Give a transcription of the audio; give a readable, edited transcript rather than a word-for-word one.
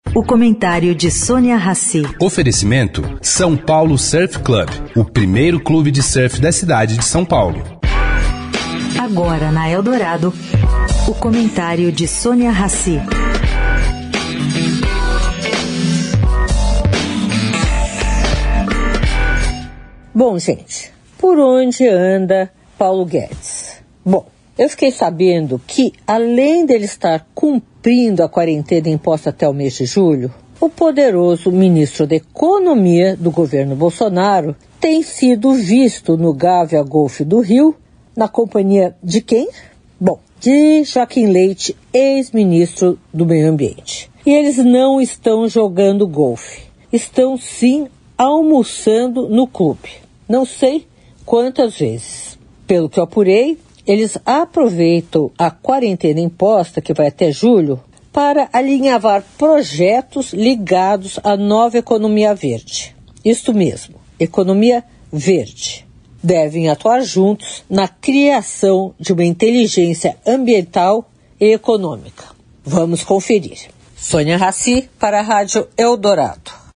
O comentário de Sônia Rassi. Oferecimento São Paulo Surf Club, o primeiro clube de surf da cidade de São Paulo. Agora na Eldorado, o comentário de Sônia Rassi. Bom, gente, por onde anda Paulo Guedes? Bom, eu fiquei sabendo que, além dele estar cumprindo a quarentena imposta até o mês de julho, o poderoso ministro da Economia do governo Bolsonaro tem sido visto no Gávea Golf do Rio, na companhia de quem? Bom, de Joaquim Leite, ex-ministro do Meio Ambiente. E eles não estão jogando golfe, estão sim almoçando no clube. Não sei quantas vezes. Pelo que eu apurei, eles aproveitam a quarentena imposta, que vai até julho, para alinhavar projetos ligados à nova economia verde. Isto mesmo, economia verde. Devem atuar juntos na criação de uma inteligência ambiental e econômica. Vamos conferir. Sônia Rassi para a Rádio Eldorado.